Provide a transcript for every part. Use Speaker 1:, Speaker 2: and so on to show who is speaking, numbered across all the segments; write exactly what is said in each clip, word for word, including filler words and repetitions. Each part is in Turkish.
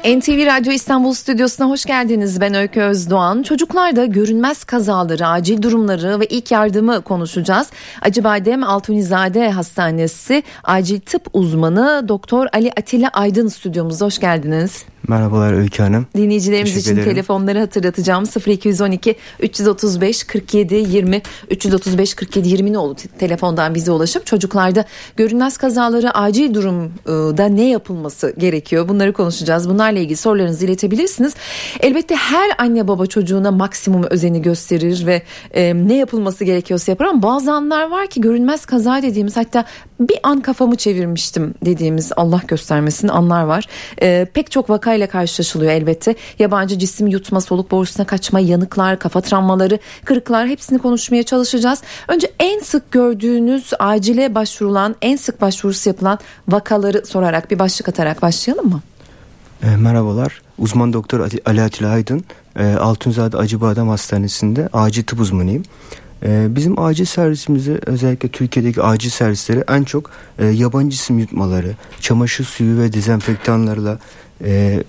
Speaker 1: N T V Radyo İstanbul Stüdyosu'na hoş geldiniz. Ben Öykü Özdoğan. Çocuklarda görünmez kazaları, acil durumları ve ilk yardımı konuşacağız. Acıbadem Altunizade Hastanesi acil tıp uzmanı Doktor Ali Atilla Aydın stüdyomuzda. Hoş geldiniz.
Speaker 2: Merhabalar Öykü Hanım.
Speaker 1: Dinleyicilerimiz için ederim. Telefonları hatırlatacağım. sıfır iki on iki üç otuz beş kırk yedi yirmi üç otuz beş kırk yedi yirmi oldu telefondan bize ulaşıp çocuklarda görünmez kazaları, acil durumda ne yapılması gerekiyor? Bunları konuşacağız. Bunlarla ilgili sorularınızı iletebilirsiniz. Elbette her anne baba çocuğuna maksimum özeni gösterir ve e, ne yapılması gerekiyorsa yapar ama bazı anlar var ki görünmez kaza dediğimiz, hatta bir an kafamı çevirmiştim dediğimiz, Allah göstermesin, anlar var. E, pek çok vakayla karşılaşılıyor elbette. Yabancı cisim yutma, soluk borusuna kaçma, yanıklar, kafa travmaları, kırıklar, hepsini konuşmaya çalışacağız. Önce en sık gördüğünüz, acile başvurulan, en sık başvurusu yapılan vakaları sorarak bir başlık atarak başlayalım mı?
Speaker 2: E, merhabalar. Uzman Doktor Ali Atilla Aydın, e, Altunizade Acıbadem Hastanesi'nde acil tıp uzmanıyım. E, bizim acil servisimizde, özellikle Türkiye'deki acil servisleri en çok e, yabancı cisim yutmaları, çamaşır suyu ve dezenfektanlarla e,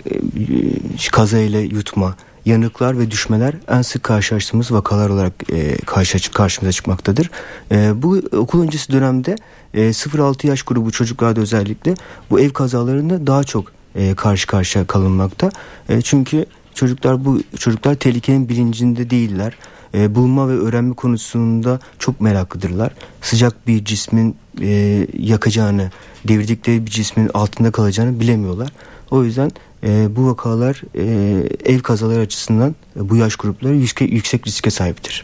Speaker 2: e, kazayla yutma, yanıklar ve düşmeler en sık karşılaştığımız vakalar olarak e, karşı, karşımıza çıkmaktadır. E, bu okul öncesi dönemde e, sıfır altı yaş grubu çocuklarda özellikle bu ev kazalarında daha çok e, karşı karşıya kalınmakta. E, çünkü çocuklar bu çocuklar tehlikenin bilincinde değiller. E, bulma ve öğrenme konusunda çok meraklıdırlar. Sıcak bir cismin e, yakacağını, devirdikleri bir cismin altında kalacağını bilemiyorlar. O yüzden e, bu vakalar e, ev kazaları açısından e, bu yaş grupları yüksek, yüksek riske sahiptir.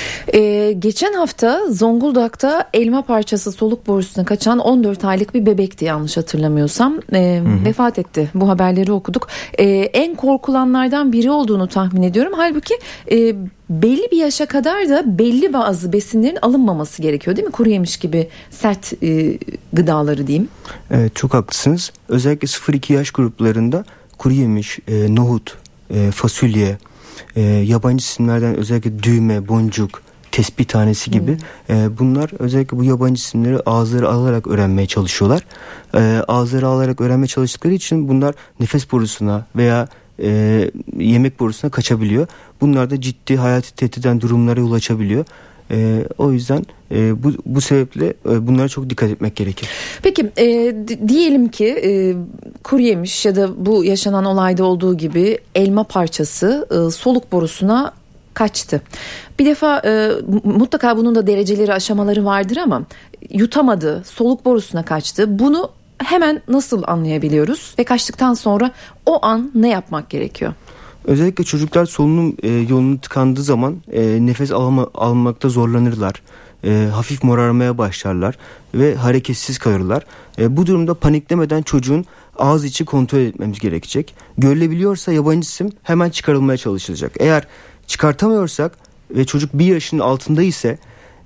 Speaker 1: Ee, geçen hafta Zonguldak'ta elma parçası soluk borusuna kaçan on dört aylık bir bebekti, yanlış hatırlamıyorsam. E, vefat etti. Bu haberleri okuduk. E, en korkulanlardan biri olduğunu tahmin ediyorum. Halbuki e, belli bir yaşa kadar da belli bazı besinlerin alınmaması gerekiyor, değil mi? Kuru yemiş gibi sert e, gıdaları diyeyim.
Speaker 2: Evet, çok haklısınız. Özellikle sıfır iki yaş gruplarında kuru yemiş, e, nohut, e, fasulye, e, yabancı isimlerden özellikle düğme, boncuk, tespih tanesi gibi hmm. e, bunlar özellikle bu yabancı isimleri ağızları alarak öğrenmeye çalışıyorlar. E, ağızları alarak öğrenmeye çalıştıkları için bunlar nefes borusuna veya e, yemek borusuna kaçabiliyor. Bunlar da ciddi hayati tehdit eden durumlara yol açabiliyor. Ee, o yüzden e, bu bu sebeple e, bunlara çok dikkat etmek gerekir.
Speaker 1: Peki e, d- diyelim ki e, kuru yemiş ya da bu yaşanan olayda olduğu gibi elma parçası e, soluk borusuna kaçtı. Bir defa e, mutlaka bunun da dereceleri, aşamaları vardır ama yutamadı, soluk borusuna kaçtı. Bunu hemen nasıl anlayabiliyoruz ve kaçtıktan sonra o an ne yapmak gerekiyor?
Speaker 2: Özellikle çocuklar solunum e, yolunu tıkandığı zaman e, nefes alma, almakta zorlanırlar. E, hafif morarmaya başlarlar ve hareketsiz kalırlar. E, bu durumda paniklemeden çocuğun ağız içi kontrol etmemiz gerekecek. Görülebiliyorsa yabancı cisim hemen çıkarılmaya çalışılacak. Eğer çıkartamıyorsak ve çocuk bir yaşın altında ise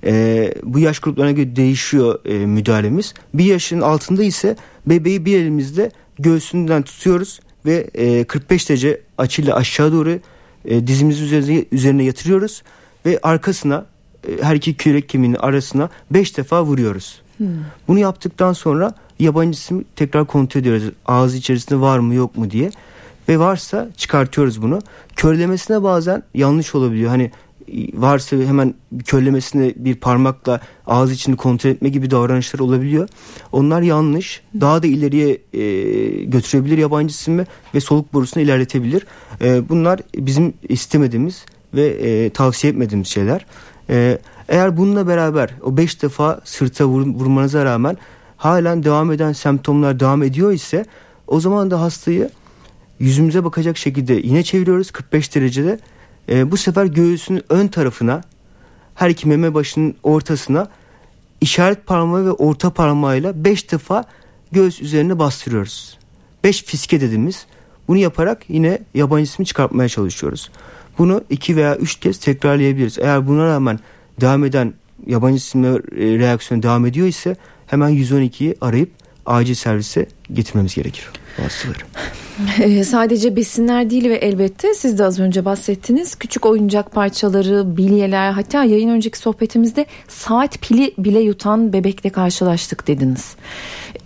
Speaker 2: e, bu yaş gruplarına göre değişiyor e, müdahalemiz. Bir yaşın altında ise bebeği bir elimizde göğsünden tutuyoruz ve e, kırk beş derece açıyla aşağı doğru e, dizimizin üzerine, üzerine yatırıyoruz ve arkasına e, her iki kürek kemiğinin arasına beş defa vuruyoruz. Hmm. Bunu yaptıktan sonra yabancı cismi tekrar kontrol ediyoruz. Ağız içerisinde var mı yok mu diye, ve varsa çıkartıyoruz bunu. Körlemesine bazen yanlış olabiliyor. Hani varsa hemen körlemesine bir parmakla ağız içini kontrol etme gibi davranışlar olabiliyor. Onlar yanlış. Daha da ileriye e, götürebilir yabancı cismi ve soluk borusunu ilerletebilir. E, bunlar bizim istemediğimiz ve e, tavsiye etmediğimiz şeyler. E, eğer bununla beraber o beş defa sırta vur, vurmanıza rağmen halen devam eden semptomlar devam ediyor ise, o zaman da hastayı yüzümüze bakacak şekilde yine çeviriyoruz kırk beş derecede. E, bu sefer göğsünün ön tarafına, her iki meme başının ortasına işaret parmağı ve orta parmağıyla beş defa göğüs üzerine bastırıyoruz. beş fiske dediğimiz. Bunu yaparak yine yabancı cismi çıkartmaya çalışıyoruz. Bunu iki veya üç kez tekrarlayabiliriz. Eğer buna rağmen devam eden yabancı cisimle reaksiyon devam ediyor ise hemen yüz on ikiyi arayıp acil servise getirmemiz gerekir hastaları.
Speaker 1: Ee, sadece besinler değil ve elbette siz de az önce bahsettiniz, küçük oyuncak parçaları, bilyeler, hatta yayın önceki sohbetimizde saat pili bile yutan bebekle karşılaştık dediniz.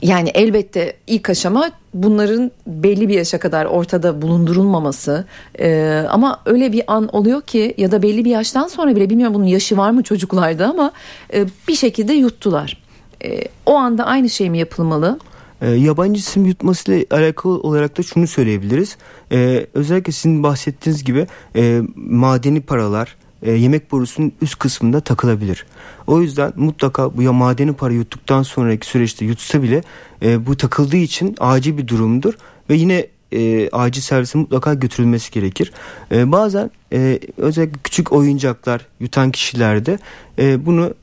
Speaker 1: Yani elbette ilk aşama bunların belli bir yaşa kadar ortada bulundurulmaması, ee, ama öyle bir an oluyor ki ya da belli bir yaştan sonra bile, bilmiyorum bunun yaşı var mı çocuklarda, ama e, bir şekilde yuttular. E, o anda aynı şey mi yapılmalı?
Speaker 2: E, yabancı cisim yutmasıyla alakalı olarak da şunu söyleyebiliriz. E, özellikle sizin bahsettiğiniz gibi e, madeni paralar e, yemek borusunun üst kısmında takılabilir. O yüzden mutlaka bu ya madeni para yuttuktan sonraki süreçte yutsa bile e, bu takıldığı için acil bir durumdur ve yine e, acil servise mutlaka götürülmesi gerekir. E, bazen e, özellikle küçük oyuncaklar yutan kişilerde e, bunu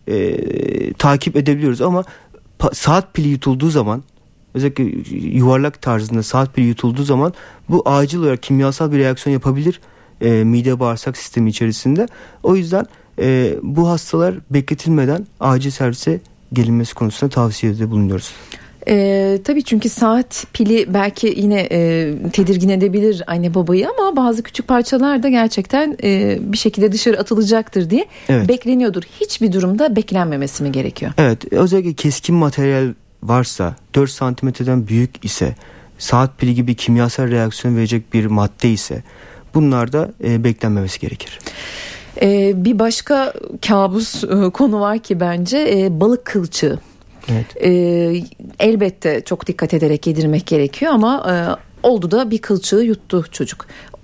Speaker 2: e, takip edebiliyoruz ama pa- saat pili yutulduğu zaman, özellikle yuvarlak tarzında saat pili yutulduğu zaman bu acil olarak kimyasal bir reaksiyon yapabilir e, mide bağırsak sistemi içerisinde. O yüzden e, bu hastalar bekletilmeden acil servise gelinmesi konusunda tavsiyede bulunuyoruz.
Speaker 1: Ee, tabii çünkü saat pili belki yine e, tedirgin edebilir anne babayı, ama bazı küçük parçalar da gerçekten e, bir şekilde dışarı atılacaktır diye evet. bekleniyordur. Hiçbir durumda beklenmemesi mi gerekiyor?
Speaker 2: Evet, özellikle keskin materyal varsa, dört santimetreden büyük ise, saat pili gibi kimyasal reaksiyon verecek bir madde ise bunlarda e, beklenmemesi gerekir.
Speaker 1: Ee, bir başka kabus e, konu var ki bence e, balık kılçığı. Evet. Ee, elbette çok dikkat ederek yedirmek gerekiyor ama e, oldu da bir kılçığı yuttu çocuk.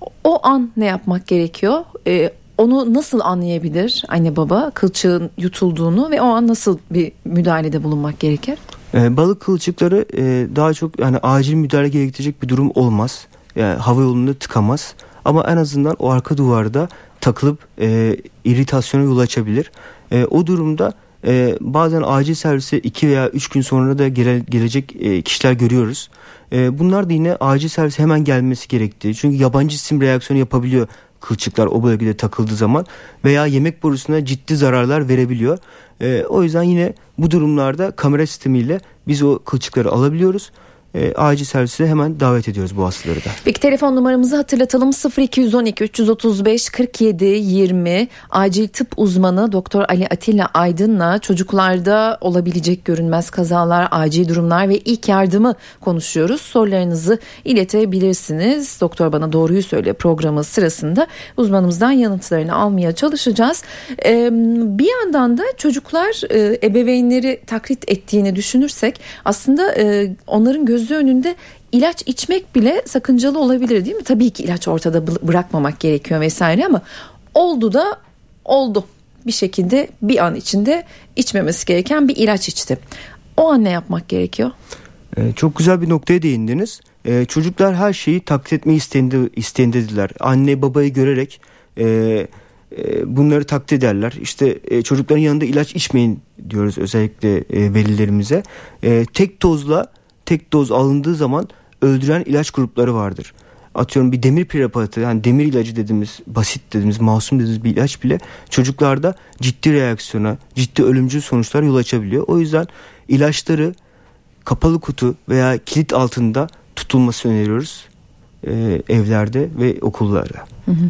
Speaker 1: O an ne yapmak gerekiyor? E, onu nasıl anlayabilir anne baba kılçığın yutulduğunu ve o an nasıl bir müdahalede bulunmak gerekir?
Speaker 2: E, balık kılçıkları e, daha çok yani acil müdahale gerektirecek bir durum olmaz. Yani hava yolunda tıkamaz. Ama en azından o arka duvarda takılıp e, iritasyona yol açabilir. E, o durumda e, bazen acil servise iki veya üç gün sonra da gele, gelecek e, kişiler görüyoruz. E, bunlar da yine acil servise hemen gelmesi gerektiği. Çünkü yabancı cisim reaksiyonu yapabiliyor kılçıklar o bölgede takıldığı zaman veya yemek borusuna ciddi zararlar verebiliyor. E, o yüzden yine bu durumlarda kamera sistemiyle biz o kılçıkları alabiliyoruz. E, acil servise hemen davet ediyoruz bu hastaları da.
Speaker 1: Peki telefon numaramızı hatırlatalım: sıfır iki on iki üç yüz otuz beş kırk yedi yirmi. Acil tıp uzmanı Doktor Ali Atilla Aydın'la çocuklarda olabilecek görünmez kazalar, acil durumlar ve ilk yardımı konuşuyoruz. Sorularınızı iletebilirsiniz. Doktor Bana Doğruyu Söyle programı sırasında uzmanımızdan yanıtlarını almaya çalışacağız. Ee, bir yandan da çocuklar e, ebeveynleri taklit ettiğini düşünürsek aslında e, onların gözü önünde ilaç içmek bile sakıncalı olabilir, değil mi? Tabii ki ilaç ortada bırakmamak gerekiyor vesaire, ama oldu da oldu. Bir şekilde bir an içinde içmemesi gereken bir ilaç içti. O an ne yapmak gerekiyor?
Speaker 2: Ee, çok güzel bir noktaya değindiniz. Ee, çocuklar her şeyi taklit etmeyi isteğinde, isteğindedirler. Anne babayı görerek e, e, bunları taklit ederler. İşte e, çocukların yanında ilaç içmeyin diyoruz özellikle e, velilerimize. E, tek dozla tek doz alındığı zaman öldüren ilaç grupları vardır. Atıyorum bir demir preparatı, yani demir ilacı dediğimiz, basit dediğimiz, masum dediğimiz bir ilaç bile çocuklarda ciddi reaksiyona, ciddi ölümcül sonuçlar yol açabiliyor. O yüzden ilaçları kapalı kutu veya kilit altında tutulması öneriyoruz e, evlerde ve okullarda. Hı hı.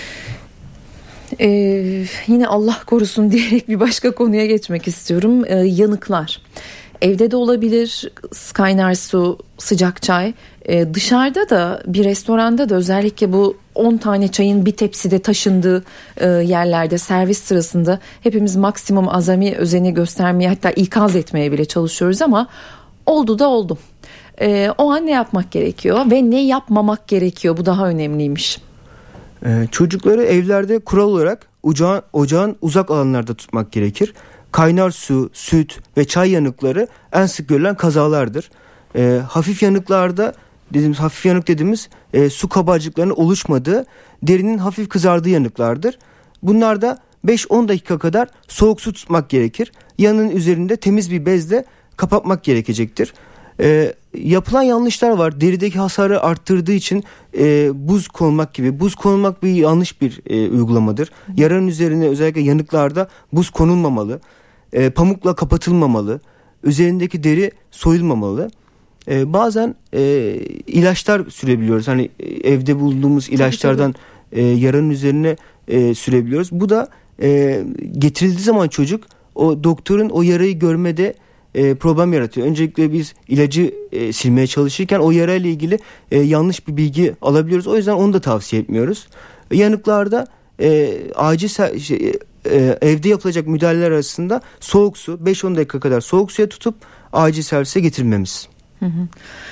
Speaker 1: Ee, yine Allah korusun diyerek bir başka konuya geçmek istiyorum. Ee, yanıklar. Evde de olabilir, kaynar su, sıcak çay. Ee, dışarıda da, bir restoranda da, özellikle bu on tane çayın bir tepside taşındığı e, yerlerde servis sırasında hepimiz maksimum azami özeni göstermeye, hatta ikaz etmeye bile çalışıyoruz, ama oldu da oldu. Ee, o an ne yapmak gerekiyor ve ne yapmamak gerekiyor? Bu daha önemliymiş.
Speaker 2: Ee, çocukları evlerde kural olarak ocağın, ocağın uzak alanlarda tutmak gerekir. Kaynar su, süt ve çay yanıkları en sık görülen kazalardır. E, hafif yanıklarda dediğimiz hafif yanık dediğimiz e, su kabarcıklarının oluşmadığı, derinin hafif kızardığı yanıklardır. Bunlarda beş on dakika kadar soğuk su tutmak gerekir. Yanın üzerinde temiz bir bezle kapatmak gerekecektir. E, yapılan yanlışlar var. Derideki hasarı arttırdığı için e, buz konmak gibi. Buz konmak bir yanlış bir e, uygulamadır. Yaranın üzerine özellikle yanıklarda buz konulmamalı. E, pamukla kapatılmamalı. Üzerindeki deri soyulmamalı. E, bazen e, ilaçlar sürebiliyoruz. Hani e, evde bulduğumuz ilaçlardan e, yaranın üzerine e, sürebiliyoruz. Bu da e, getirildiği zaman çocuk o doktorun o yarayı görmede e, problem yaratıyor. Öncelikle biz ilacı e, silmeye çalışırken o yara ile ilgili e, yanlış bir bilgi alabiliyoruz. O yüzden onu da tavsiye etmiyoruz. Yanıklarda e, acil şey, e, evde yapılacak müdahaleler arasında soğuk su, beş on dakika kadar soğuk suya tutup acil servise getirmemiz.
Speaker 1: Hı hı.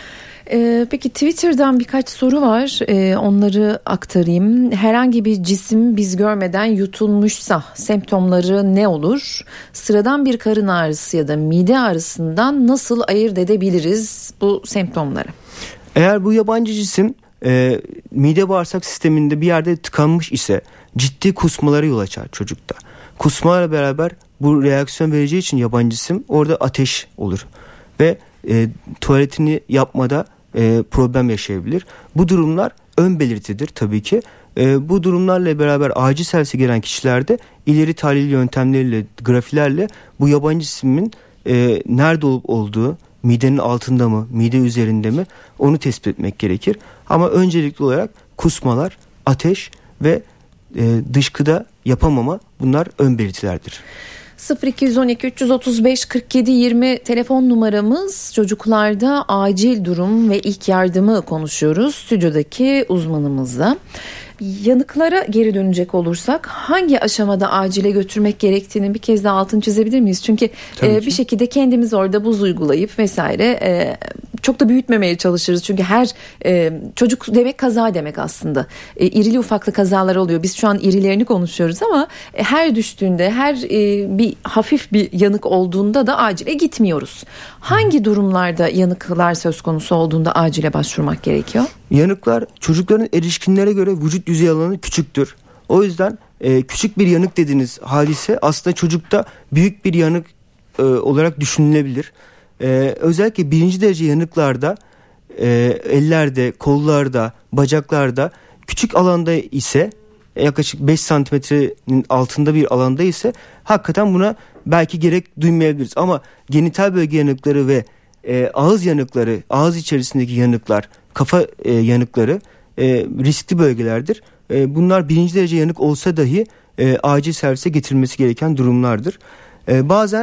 Speaker 1: Ee, peki Twitter'dan birkaç soru var, ee, onları aktarayım. Herhangi bir cisim biz görmeden yutulmuşsa semptomları ne olur? Sıradan bir karın ağrısı ya da mide ağrısından nasıl ayırt edebiliriz bu semptomları?
Speaker 2: Eğer bu yabancı cisim e, mide bağırsak sisteminde bir yerde tıkanmış ise ciddi kusmalara yol açar çocukta. Kusmalarla beraber bu reaksiyon vereceği için yabancı cisim orada ateş olur ve e, tuvaletini yapmada e, problem yaşayabilir. Bu durumlar ön belirtidir tabii ki. E, bu durumlarla beraber acil servise gelen kişilerde ileri tahlil yöntemleriyle, grafilerle bu yabancı cismin e, nerede olup olduğu, midenin altında mı, mide üzerinde mi, onu tespit etmek gerekir. Ama öncelikli olarak kusmalar, ateş ve e, dışkıda yapamama, bunlar ön belirtilerdir.
Speaker 1: sıfır iki on iki üç otuz beş kırk yedi yirmi telefon numaramız. Çocuklarda acil durum ve ilk yardımı konuşuyoruz stüdyodaki uzmanımızla. Yanıklara geri dönecek olursak hangi aşamada acile götürmek gerektiğini bir kez daha altını çizebilir miyiz? Çünkü e, bir şekilde kendimiz orada buz uygulayıp vesaire e, çok da büyütmemeye çalışırız. Çünkü her e, çocuk demek kaza demek aslında. E, irili ufaklı kazalar oluyor. Biz şu an irilerini konuşuyoruz ama e, her düştüğünde, her e, bir hafif bir yanık olduğunda da acile gitmiyoruz. Hangi durumlarda yanıklar söz konusu olduğunda acile başvurmak gerekiyor?
Speaker 2: Yanıklar çocukların erişkinlere göre vücut yüzey alanı küçüktür. O yüzden e, küçük bir yanık dediğiniz hadise aslında çocukta büyük bir yanık e, olarak düşünülebilir. E, özellikle birinci derece yanıklarda e, ellerde, kollarda, bacaklarda küçük alanda ise yaklaşık beş santimetrenin altında bir alanda ise hakikaten buna belki gerek duymayabiliriz. Ama genital bölge yanıkları ve e, ağız yanıkları, ağız içerisindeki yanıklar, kafa e, yanıkları e, riskli bölgelerdir. E, bunlar birinci derece yanık olsa dahi e, acil servise getirilmesi gereken durumlardır. E, bazen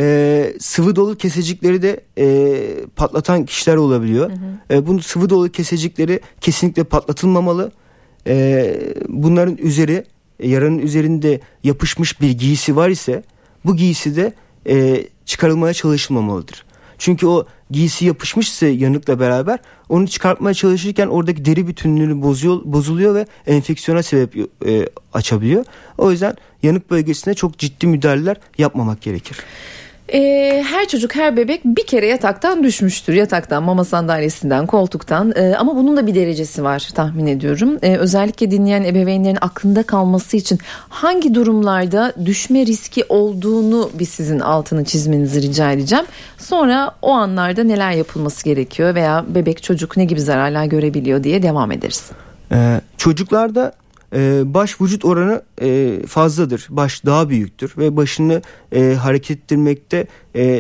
Speaker 2: e, sıvı dolu kesecikleri de e, patlatan kişiler olabiliyor. Hı hı. E, bu sıvı dolu kesecikleri kesinlikle patlatılmamalı. E, bunların üzeri, yaranın üzerinde yapışmış bir giysi var ise bu giysi de e, çıkarılmaya çalışılmamalıdır. Çünkü o giysi yapışmışsa yanıkla beraber onu çıkartmaya çalışırken oradaki deri bütünlüğünü bozuyor, bozuluyor ve enfeksiyona sebep e, açabiliyor. O yüzden yanık bölgesine çok ciddi müdahaleler yapmamak gerekir.
Speaker 1: Ee, her çocuk, her bebek bir kere yataktan düşmüştür. Yataktan, mama sandalyesinden, koltuktan. Ee, ama bunun da bir derecesi var tahmin ediyorum. Ee, özellikle dinleyen ebeveynlerin aklında kalması için hangi durumlarda düşme riski olduğunu bir sizin altını çizmenizi rica edeceğim. Sonra o anlarda neler yapılması gerekiyor veya bebek, çocuk ne gibi zararlar görebiliyor diye devam ederiz. Ee,
Speaker 2: çocuklarda Ee, baş vücut oranı e, fazladır. Baş daha büyüktür ve başını e, hareket ettirmekte e,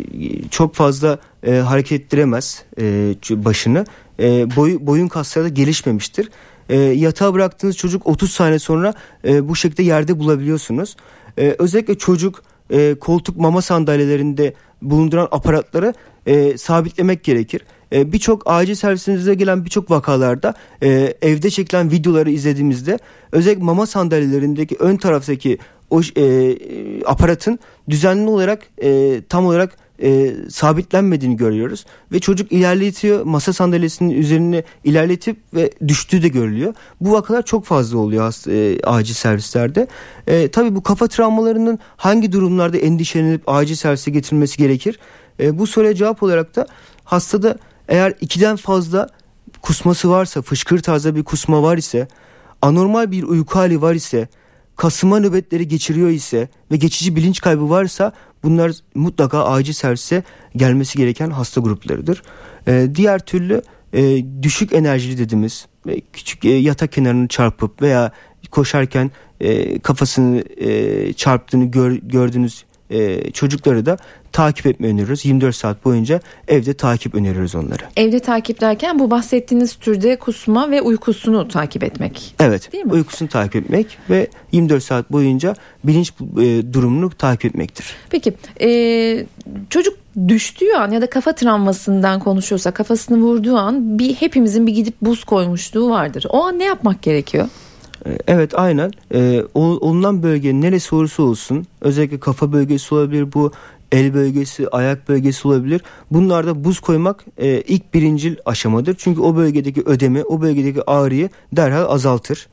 Speaker 2: çok fazla e, hareket ettiremez e, başını. E, boy, boyun kasları da gelişmemiştir. E, yatağa bıraktığınız çocuk otuz saniye sonra e, bu şekilde yerde bulabiliyorsunuz. E, özellikle çocuk e, koltuk, mama sandalyelerinde bulunduran aparatları e, sabitlemek gerekir. E, birçok acil servisimize gelen birçok vakalarda e, evde çekilen videoları izlediğimizde özellikle mama sandalyelerindeki ön taraftaki o e, aparatın düzenli olarak e, tam olarak e, sabitlenmediğini görüyoruz ve çocuk ilerletiyor, masa sandalyesinin üzerine ilerletip ve düştüğü de görülüyor. Bu vakalar çok fazla oluyor e, acil servislerde. E, tabii bu kafa travmalarının hangi durumlarda endişelenip acil servise getirilmesi gerekir? E, bu soruya cevap olarak da hastada eğer ikiden fazla kusması varsa, fışkır tarzı bir kusma var ise, anormal bir uyku hali var ise, kasılma nöbetleri geçiriyor ise ve geçici bilinç kaybı varsa bunlar mutlaka acil servise gelmesi gereken hasta gruplarıdır. Ee, diğer türlü e, düşük enerjili dediğimiz e, küçük e, yatak kenarını çarpıp veya koşarken e, kafasını e, çarptığını gör, gördüğünüz e, çocukları da takip etmeyi öneriyoruz. yirmi dört saat boyunca evde takip öneriyoruz onları.
Speaker 1: Evde takip derken bu bahsettiğiniz türde kusma ve uykusunu takip etmek.
Speaker 2: Evet, değil mi? Uykusunu takip etmek ve yirmi dört saat boyunca bilinç e, durumunu takip etmektir.
Speaker 1: Peki e, çocuk düştüğü an ya da kafa travmasından konuşuyorsa, kafasını vurduğu an bir hepimizin bir gidip buz koymuşluğu vardır. O an ne yapmak gerekiyor?
Speaker 2: Evet, aynen. Ee, olunan bölge neresi olursa olsun, özellikle kafa bölgesi olabilir, bu el bölgesi, ayak bölgesi olabilir. Bunlarda buz koymak e, ilk birincil aşamadır. Çünkü o bölgedeki ödemi, o bölgedeki ağrıyı derhal azaltır.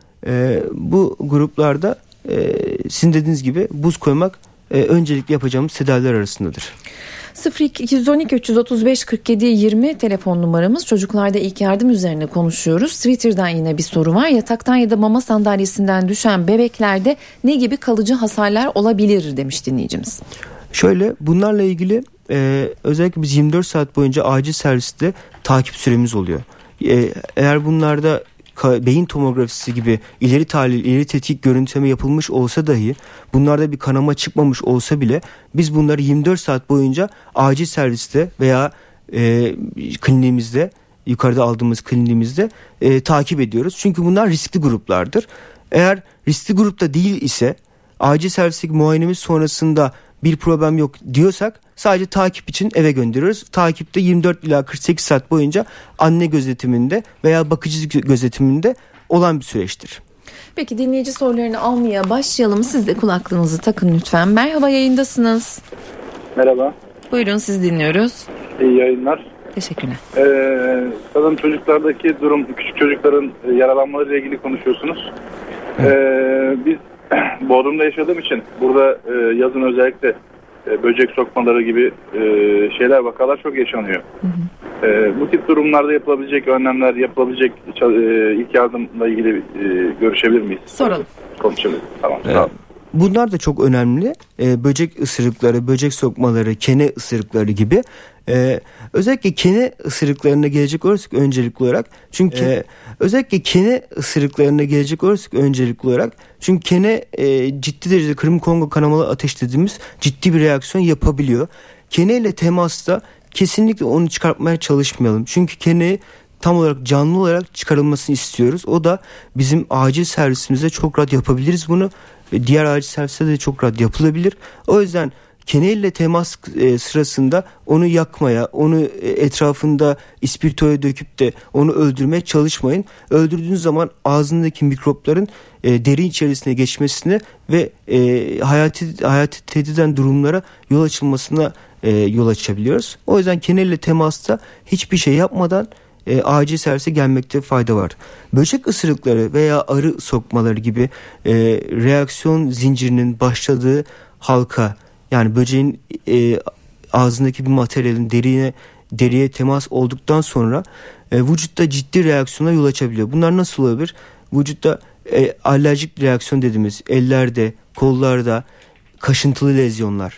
Speaker 2: E, bu gruplarda e, sizin dediğiniz gibi buz koymak e, öncelikle yapacağımız tedaviler arasındadır.
Speaker 1: sıfır iki on iki üç otuz beş kırk yedi yirmi telefon numaramız. Çocuklarda ilk yardım üzerine konuşuyoruz. Twitter'dan yine bir soru var. Yataktan ya da mama sandalyesinden düşen bebeklerde ne gibi kalıcı hasarlar olabilir demiş dinleyicimiz.
Speaker 2: Şöyle, bunlarla ilgili e, özellikle biz yirmi dört saat boyunca acil serviste takip süremiz oluyor. E, eğer bunlarda beyin tomografisi gibi ileri tahlil, ileri tetkik görüntüleme yapılmış olsa dahi, bunlarda bir kanama çıkmamış olsa bile biz bunları yirmi dört saat boyunca acil serviste veya e, kliniğimizde, yukarıda aldığımız kliniğimizde e, takip ediyoruz. Çünkü bunlar riskli gruplardır. Eğer riskli grupta değil ise, acil servisteki muayenemiz sonrasında bir problem yok diyorsak sadece takip için eve gönderiyoruz. Takipte yirmi dört ila kırk sekiz saat boyunca anne gözetiminde veya bakıcı gözetiminde olan bir süreçtir.
Speaker 1: Peki, dinleyici sorularını almaya başlayalım. Siz de kulaklığınızı takın lütfen. Merhaba, yayındasınız.
Speaker 3: Merhaba.
Speaker 1: Buyurun, sizi dinliyoruz.
Speaker 3: İyi yayınlar.
Speaker 1: Teşekkürler.
Speaker 3: Ee, sanırım çocuklardaki durum, küçük çocukların yaralanmalarıyla ilgili konuşuyorsunuz.
Speaker 2: Evet.
Speaker 3: Ee, biz Bodrum'da yaşadığım için burada e, yazın özellikle e, böcek sokmaları gibi e, şeyler, vakalar çok yaşanıyor. Hı hı. E, bu tip durumlarda yapılabilecek önlemler, yapılabilecek e, ilk yardımla ilgili e, görüşebilir miyiz?
Speaker 1: Soralım.
Speaker 3: Konuşalım. Tamam.
Speaker 2: Evet.
Speaker 3: Tamam.
Speaker 2: Bunlar da çok önemli. Ee, böcek ısırıkları, böcek sokmaları, kene ısırıkları gibi. Ee, özellikle kene ısırıklarına gelecek olursak öncelikli olarak. Çünkü e, özellikle kene ısırıklarına gelecek olursak öncelikli olarak. Çünkü kene e, ciddi derecede Kırım Kongo kanamalı ateş dediğimiz ciddi bir reaksiyon yapabiliyor. Kene ile temasta kesinlikle onu çıkartmaya çalışmayalım. Çünkü keneyi tam olarak canlı olarak çıkarılmasını istiyoruz. O da bizim acil servisimizde çok rahat yapabiliriz bunu. Diğer acil serviste de çok rahat yapılabilir. O yüzden kene ile temas e, sırasında onu yakmaya, onu e, etrafında ispirtoya döküp de onu öldürmeye çalışmayın. Öldürdüğünüz zaman ağzındaki mikropların e, deri içerisine geçmesine ve e, hayati, hayati tehdit eden durumlara yol açılmasına e, yol açabiliyoruz. O yüzden kene ile temasta hiçbir şey yapmadan E, acil servise gelmekte fayda var. Böcek ısırıkları veya arı sokmaları gibi e, reaksiyon zincirinin başladığı halka, yani böceğin e, ağzındaki bir materyalin derine deriye temas olduktan sonra e, vücutta ciddi reaksiyona yol açabiliyor. Bunlar nasıl olabilir? Vücutta e, alerjik reaksiyon dediğimiz ellerde, kollarda kaşıntılı lezyonlar,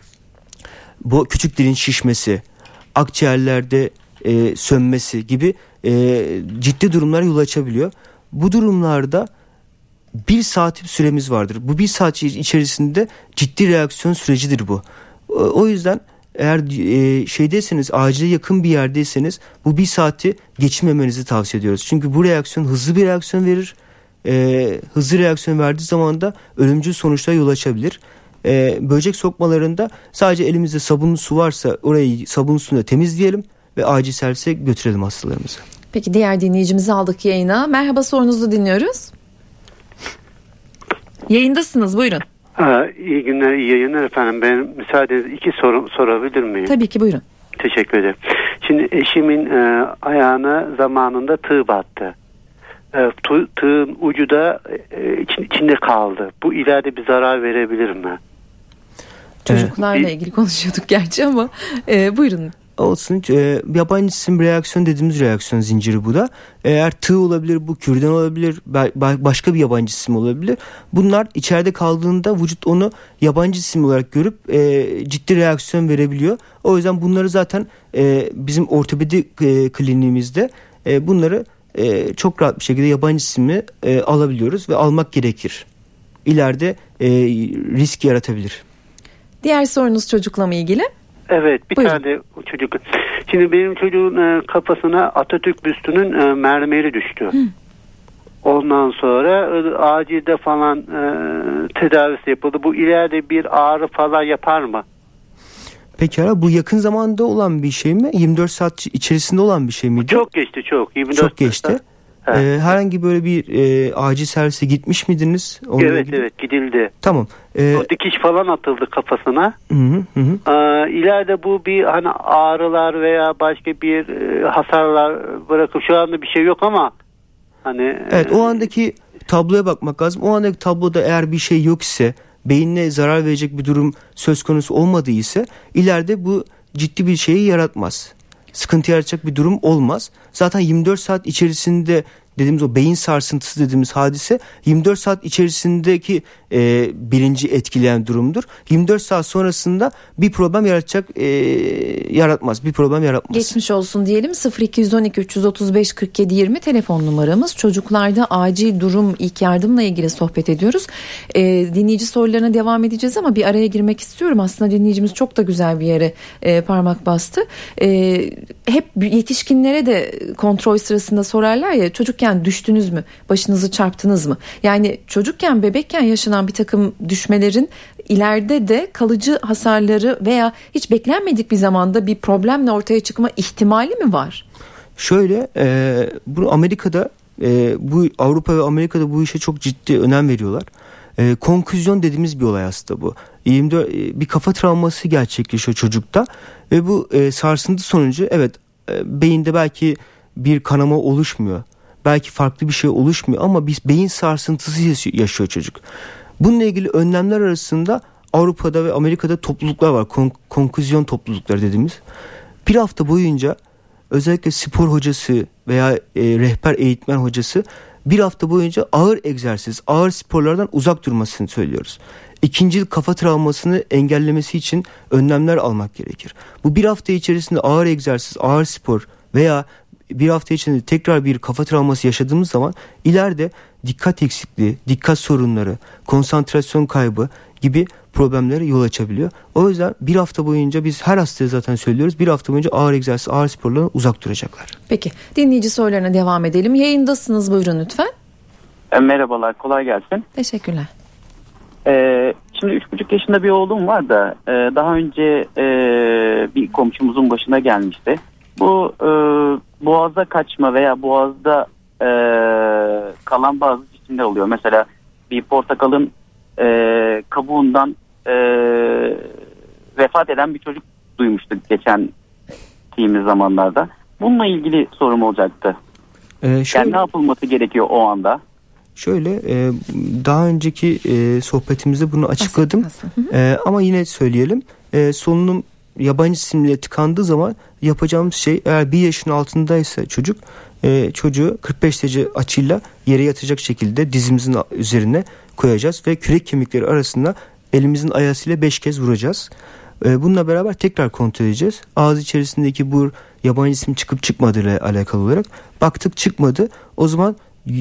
Speaker 2: bu küçük dilin şişmesi, akciğerlerde E, sönmesi gibi e, ciddi durumlara yol açabiliyor. Bu durumlarda bir saat süremiz vardır. Bu bir saat içerisinde ciddi reaksiyon sürecidir bu. O, o yüzden eğer e, şeydeyseniz, acile yakın bir yerdeyseniz bu bir saati geçirmemenizi tavsiye ediyoruz. Çünkü bu reaksiyon hızlı bir reaksiyon verir. E, hızlı reaksiyon verdiği zaman da ölümcül sonuçlara yol açabilir. E, böcek sokmalarında sadece elimizde sabunlu su varsa orayı sabunlu suyla temizleyelim ve acil servise götürelim hastalarımızı.
Speaker 1: Peki, diğer dinleyicimizi aldık yayına. Merhaba, sorunuzu dinliyoruz. Yayındasınız, buyurun.
Speaker 4: Ha, iyi günler, iyi yayınlar efendim. Ben müsaadenizle iki soru sorabilir miyim?
Speaker 1: Tabii ki, buyurun.
Speaker 4: Teşekkür ederim. Şimdi eşimin e, ayağına zamanında tığ battı. E, tığ, tığın ucu da e, için, içinde kaldı. Bu ileride bir zarar verebilir mi?
Speaker 1: Çocuklarla ee, ilgili konuşuyorduk gerçi ama e, buyurun.
Speaker 2: Olsun. E, yabancı cisim reaksiyon dediğimiz reaksiyon zinciri bu da. Eğer tığ olabilir, bu kürdan olabilir, başka bir yabancı cisim olabilir. Bunlar içeride kaldığında vücut onu yabancı cisim olarak görüp e, ciddi reaksiyon verebiliyor. O yüzden bunları zaten e, bizim ortopedi e, kliniğimizde e, bunları e, çok rahat bir şekilde yabancı cisimi e, alabiliyoruz ve almak gerekir. İleride e, risk yaratabilir.
Speaker 1: Diğer sorunuz çocukla mı ilgili?
Speaker 4: Evet, bir
Speaker 1: Buyurun.
Speaker 4: tane çocuk. Şimdi benim çocuğun e, kafasına Atatürk büstünün e, mermeri düştü. Hı. Ondan sonra e, acilde falan e, tedavisi yapıldı. Bu ileride bir ağrı falan yapar mı?
Speaker 2: Pekala, bu yakın zamanda olan bir şey mi? yirmi dört saat içerisinde olan bir şey miydi?
Speaker 4: Çok geçti çok. yirmi dört
Speaker 2: çok geçti.
Speaker 4: Saat.
Speaker 2: Ee, herhangi böyle bir e, acil servise gitmiş miydiniz? Onunla
Speaker 4: evet
Speaker 2: ilgili?
Speaker 4: evet gidildi.
Speaker 2: Tamam. Ee,
Speaker 4: o dikiş falan atıldı kafasına.
Speaker 2: Hı hı hı.
Speaker 4: Ee, ileride bu bir hani ağrılar veya başka bir e, hasarlar bırakıp şu anda bir şey yok ama hani.
Speaker 2: Evet,
Speaker 4: e,
Speaker 2: o andaki tabloya bakmak lazım. O andaki tabloda eğer bir şey yok ise, beynine zarar verecek bir durum söz konusu olmadığı ise ileride bu ciddi bir şeyi yaratmaz. Sıkıntı yaratacak bir durum olmaz. Zaten yirmi dört saat içerisinde dediğimiz o beyin sarsıntısı dediğimiz hadise yirmi dört saat içerisindeki e, bilinci etkileyen durumdur. yirmi dört saat sonrasında bir problem yaratacak e, yaratmaz. Bir problem yaratmaz.
Speaker 1: Geçmiş olsun diyelim. sıfır iki on iki üç otuz beş kırk yedi yirmi telefon numaramız. Çocuklarda acil durum ilk yardımla ilgili sohbet ediyoruz. E, dinleyici sorularına devam edeceğiz ama bir araya girmek istiyorum. Aslında dinleyicimiz çok da güzel bir yere e, parmak bastı. E, hep yetişkinlere de kontrol sırasında sorarlar ya, çocukken düştünüz mü? Başınızı çarptınız mı? Yani çocukken, bebekken yaşanan bir takım düşmelerin ileride de kalıcı hasarları veya hiç beklenmedik bir zamanda bir problemle ortaya çıkma ihtimali mi var?
Speaker 2: Şöyle, e, bunu Amerika'da, e, bu Avrupa ve Amerika'da bu işe çok ciddi önem veriyorlar. E, konküzyon dediğimiz bir olay aslında bu. yirmi dört, e, bir kafa travması gerçekleşiyor çocukta ve bu e, sarsıntı sonucu evet e, beyinde belki bir kanama oluşmuyor. Belki farklı bir şey oluşmuyor ama bir beyin sarsıntısı yaşıyor çocuk. Bununla ilgili önlemler arasında Avrupa'da ve Amerika'da topluluklar var. Kon- konküzyon toplulukları dediğimiz. Bir hafta boyunca özellikle spor hocası veya e, rehber eğitmen hocası bir hafta boyunca ağır egzersiz, ağır sporlardan uzak durmasını söylüyoruz. İkinci yıl kafa travmasını engellemesi için önlemler almak gerekir. Bu bir hafta içerisinde ağır egzersiz, ağır spor veya bir hafta içinde tekrar bir kafa travması yaşadığımız zaman ileride dikkat eksikliği, dikkat sorunları, konsantrasyon kaybı gibi problemlere yol açabiliyor. O yüzden bir hafta boyunca biz her hastaya zaten söylüyoruz. Bir hafta boyunca ağır egzersiz, ağır sporlardan uzak duracaklar.
Speaker 1: Peki, dinleyici sorularına devam edelim. Yayındasınız, buyurun lütfen.
Speaker 5: E, merhabalar, kolay gelsin.
Speaker 1: Teşekkürler.
Speaker 5: E, şimdi üç buçuk yaşında bir oğlum var da e, daha önce e, bir komşumuzun başına gelmişti. Bu e, boğaza kaçma veya boğazda e, kalan bazı cisimler oluyor. Mesela bir portakalın e, kabuğundan e, vefat eden bir çocuk duymuştuk geçen geçtiğimiz zamanlarda. Bununla ilgili sorum olacaktı.
Speaker 2: Ee, şöyle,
Speaker 5: yani ne yapılması gerekiyor o anda?
Speaker 2: Şöyle e, daha önceki e, sohbetimizde bunu açıkladım. E, ama yine söyleyelim. E, solunum yabancı cisimle tıkandığı zaman yapacağımız şey, eğer bir yaşın altındaysa çocuk, e, çocuğu kırk beş derece açıyla yere yatacak şekilde dizimizin üzerine koyacağız ve kürek kemikleri arasında elimizin ayasıyla beş kez vuracağız. E, bununla beraber tekrar kontrol edeceğiz. Ağız içerisindeki bu yabancı cisim çıkıp çıkmadığı ile alakalı olarak baktık çıkmadı. O zaman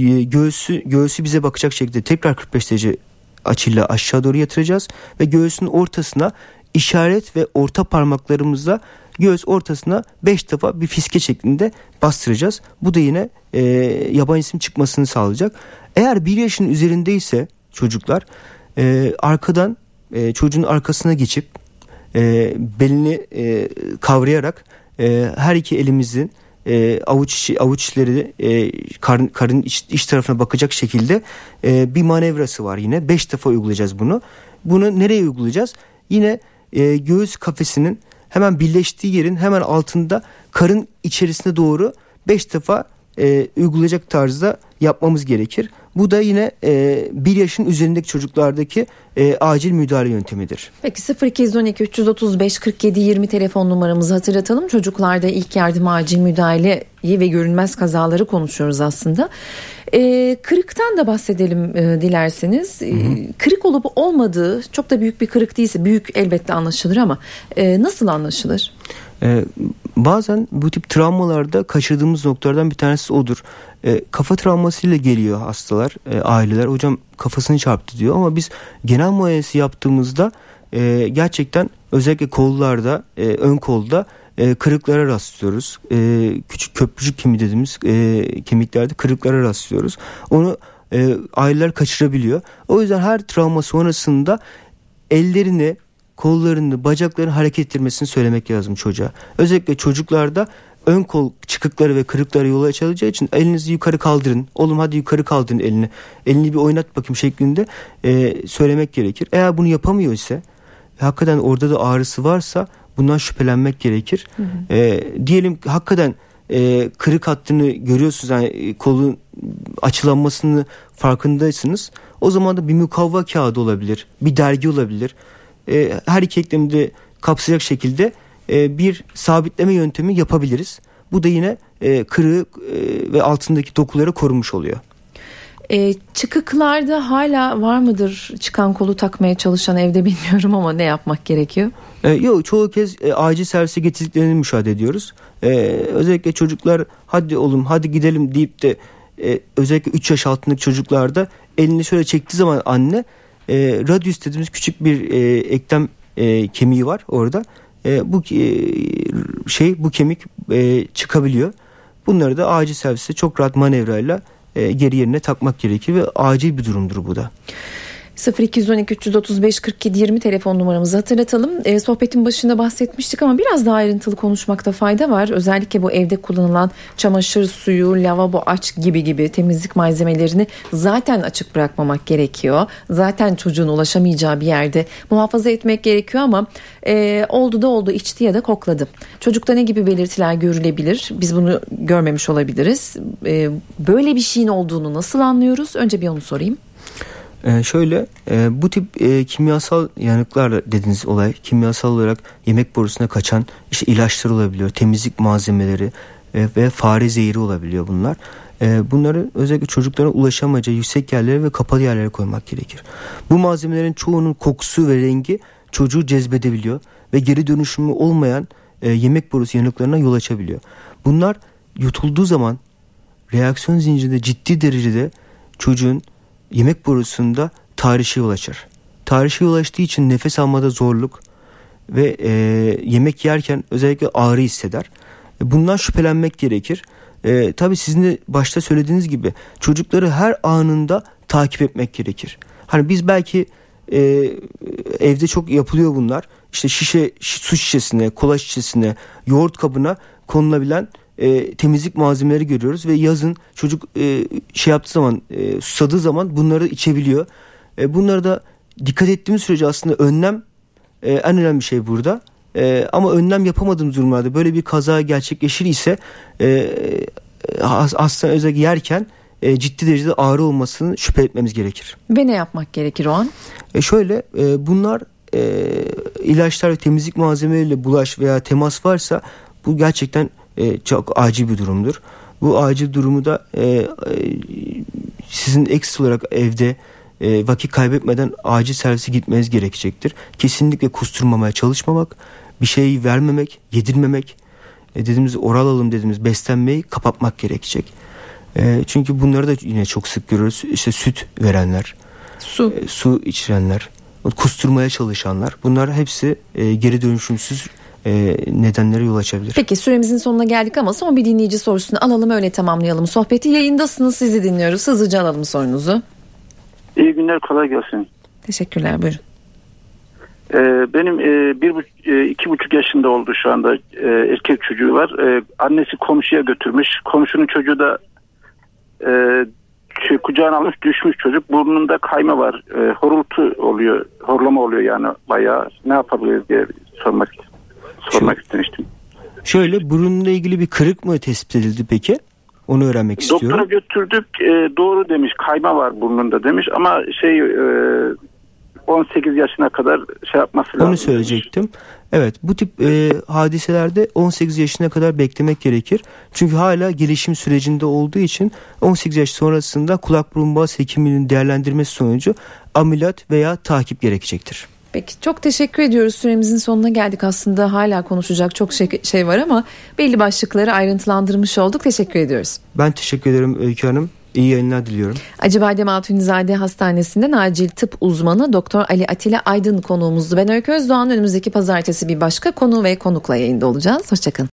Speaker 2: göğsü göğsü bize bakacak şekilde tekrar kırk beş derece açıyla aşağı doğru yatıracağız ve göğsün ortasına işaret ve orta parmaklarımızla göğüs ortasına beş defa bir fiske şeklinde bastıracağız. Bu da yine e, yabancı cisim çıkmasını sağlayacak. Eğer bir yaşın üzerindeyse çocuklar e, arkadan e, çocuğun arkasına geçip e, belini e, kavrayarak e, her iki elimizin e, avuç içi, avuç içleri e, karın, karın iç, iç tarafına bakacak şekilde e, bir manevrası var yine. beş defa uygulayacağız bunu. Bunu nereye uygulayacağız? Yine e, göğüs kafesinin hemen birleştiği yerin hemen altında karın içerisine doğru beş defa e, uygulayacak tarzda yapmamız gerekir. Bu da yine e, bir yaşın üzerindeki çocuklardaki e, acil müdahale yöntemidir.
Speaker 1: Peki, sıfır iki on iki üç otuz beş kırk yedi yirmi telefon numaramızı hatırlatalım. Çocuklarda ilk yardım, acil müdahaleyi ve görünmez kazaları konuşuyoruz aslında. E, kırıktan da bahsedelim e, dilerseniz. E, kırık olup olmadığı, çok da büyük bir kırık değilse, büyük elbette anlaşılır ama e, nasıl anlaşılır?
Speaker 2: Ee, bazen bu tip travmalarda kaçırdığımız noktalardan bir tanesi odur. Ee, kafa travmasıyla geliyor hastalar, e, aileler. Hocam kafasını çarptı diyor ama biz genel muayenesi yaptığımızda e, gerçekten özellikle kollarda, e, ön kolda e, kırıklara rastlıyoruz. E, küçük köprücük kemiği dediğimiz e, kemiklerde kırıklara rastlıyoruz. Onu e, aileler kaçırabiliyor. O yüzden her travma sonrasında ellerini, kollarını, bacaklarını hareket ettirmesini söylemek lazım çocuğa. Özellikle çocuklarda ön kol çıkıkları ve kırıkları yol açacağı için elinizi yukarı kaldırın. Oğlum hadi yukarı kaldırın elini. Elini bir oynat bakayım şeklinde e, söylemek gerekir. Eğer bunu yapamıyor ise, hakikaten orada da ağrısı varsa bundan şüphelenmek gerekir. Hı hı. E, diyelim hakikaten e, kırık hattını görüyorsunuz, yani e, kolun açılanmasını farkındaysınız. O zaman da bir mukavva kağıdı olabilir, bir dergi olabilir. E, her iki eklemi de kapsayacak şekilde e, bir sabitleme yöntemi yapabiliriz. Bu da yine e, kırığı e, ve altındaki dokuları korumuş oluyor.
Speaker 1: E, çıkıklarda hala var mıdır çıkan kolu takmaya çalışan, evde bilmiyorum ama ne yapmak gerekiyor?
Speaker 2: E, yok, çoğu kez e, acil servise getirdiklerini müşahede ediyoruz. E, özellikle çocuklar hadi oğlum hadi gidelim deyip de e, özellikle üç yaş altındaki çocuklarda elini şöyle çektiği zaman anne, e, radius dediğimiz küçük bir e, eklem e, kemiği var orada. E, bu e, şey bu kemik e, çıkabiliyor. Bunları da acil serviste çok rahat manevrayla e, geri yerine takmak gerekir ve acil bir durumdur bu da.
Speaker 1: sıfır iki on iki üç otuz beş kırk yedi yirmi telefon numaramızı hatırlatalım. E, sohbetin başında bahsetmiştik ama biraz daha ayrıntılı konuşmakta fayda var. Özellikle bu evde kullanılan çamaşır suyu, lavabo aç gibi gibi temizlik malzemelerini zaten açık bırakmamak gerekiyor. Zaten çocuğun ulaşamayacağı bir yerde muhafaza etmek gerekiyor ama e, oldu da oldu, içti ya da kokladı. Çocukta ne gibi belirtiler görülebilir? Biz bunu görmemiş olabiliriz. E, böyle bir şeyin olduğunu nasıl anlıyoruz? Önce bir onu sorayım.
Speaker 2: Ee, şöyle e, bu tip e, kimyasal yanıklarla dediğiniz olay, kimyasal olarak yemek borusuna kaçan işte ilaçlar olabiliyor, temizlik malzemeleri e, ve fare zehri olabiliyor bunlar. E, bunları özellikle çocukların ulaşamayacağı yüksek yerlere ve kapalı yerlere koymak gerekir. Bu malzemelerin çoğunun kokusu ve rengi çocuğu cezbedebiliyor ve geri dönüşümü olmayan e, yemek borusu yanıklarına yol açabiliyor. Bunlar yutulduğu zaman reaksiyon zincirinde ciddi derecede çocuğun yemek borusunda tahrişe yol açar. Tahrişe yol açtığı için nefes almada zorluk ve e, yemek yerken özellikle ağrı hisseder. Bundan şüphelenmek gerekir. E, tabii sizin de başta söylediğiniz gibi çocukları her anında takip etmek gerekir. Hani biz belki e, evde çok yapılıyor bunlar. İşte şişe, su şişesine, kola şişesine, yoğurt kabına konulabilen E, temizlik malzemeleri görüyoruz ve yazın çocuk e, şey yaptığı zaman e, susadığı zaman bunları içebiliyor. E, bunlara da dikkat ettiğimiz sürece aslında önlem e, en önemli şey burada. E, ama önlem yapamadığımız durumlarda böyle bir kaza gerçekleşir ise e, hastane özellikle yerken e, ciddi derecede ağrı olmasını şüphe etmemiz gerekir.
Speaker 1: Ve ne yapmak gerekir o an?
Speaker 2: E, şöyle e, bunlar e, ilaçlar ve temizlik malzemeleriyle bulaş veya temas varsa bu gerçekten E, çok acil bir durumdur. Bu acil durumu da e, e, sizin ekstra olarak evde e, vakit kaybetmeden acil servise gitmeniz gerekecektir. Kesinlikle kusturmamaya çalışmamak, bir şey vermemek, yedirmemek, e, dediğimiz oral alım dediğimiz beslenmeyi kapatmak gerekecek. E, çünkü bunları da yine çok sık görüyoruz. İşte süt verenler,
Speaker 1: su,
Speaker 2: e, su içirenler, kusturmaya çalışanlar, bunlar hepsi e, geri dönüşümsüz E, nedenlere yol açabilir.
Speaker 1: Peki süremizin sonuna geldik ama son bir dinleyici sorusunu alalım, öyle tamamlayalım sohbeti. Yayındasınız, sizi dinliyoruz. Hızlıca alalım sorunuzu.
Speaker 6: İyi günler, kolay gelsin.
Speaker 1: Teşekkürler, buyurun.
Speaker 6: Ee, benim e, bir e, iki buçuk yaşında oldu şu anda, e, erkek çocuğu var. E, annesi komşuya götürmüş. Komşunun çocuğu da e, şey, kucağına almış, düşmüş çocuk. Burnunda kayma var. E, horultu oluyor, horlama oluyor yani bayağı. Ne yapabiliriz diye sormak istedim. Sormak istemiştim.
Speaker 2: Şöyle, burunla ilgili bir kırık mı tespit edildi peki? Onu öğrenmek
Speaker 6: Doktora
Speaker 2: istiyorum.
Speaker 6: Doktora götürdük, e, doğru demiş, kayma var burnunda demiş ama şey e, on sekiz yaşına kadar şey yapması lazım.
Speaker 2: Onu söyleyecektim. Demiş. Evet, bu tip e, hadiselerde on sekiz yaşına kadar beklemek gerekir. Çünkü hala gelişim sürecinde olduğu için on sekiz yaş sonrasında kulak burun boğaz hekiminin değerlendirmesi sonucu ameliyat veya takip gerekecektir.
Speaker 1: Peki, çok teşekkür ediyoruz. Süremizin sonuna geldik. Aslında hala konuşacak çok şey, şey var ama belli başlıkları ayrıntılandırmış olduk. Teşekkür ediyoruz.
Speaker 2: Ben teşekkür ederim Öykü Hanım. İyi yayınlar diliyorum.
Speaker 1: Acıbadem Altunizade Hastanesi'nden acil tıp uzmanı Doktor Ali Atilla Aydın konuğumuzdu. Ben Öykü Özdoğan. Önümüzdeki pazartesi bir başka konu ve konukla yayında olacağız. Hoşçakalın.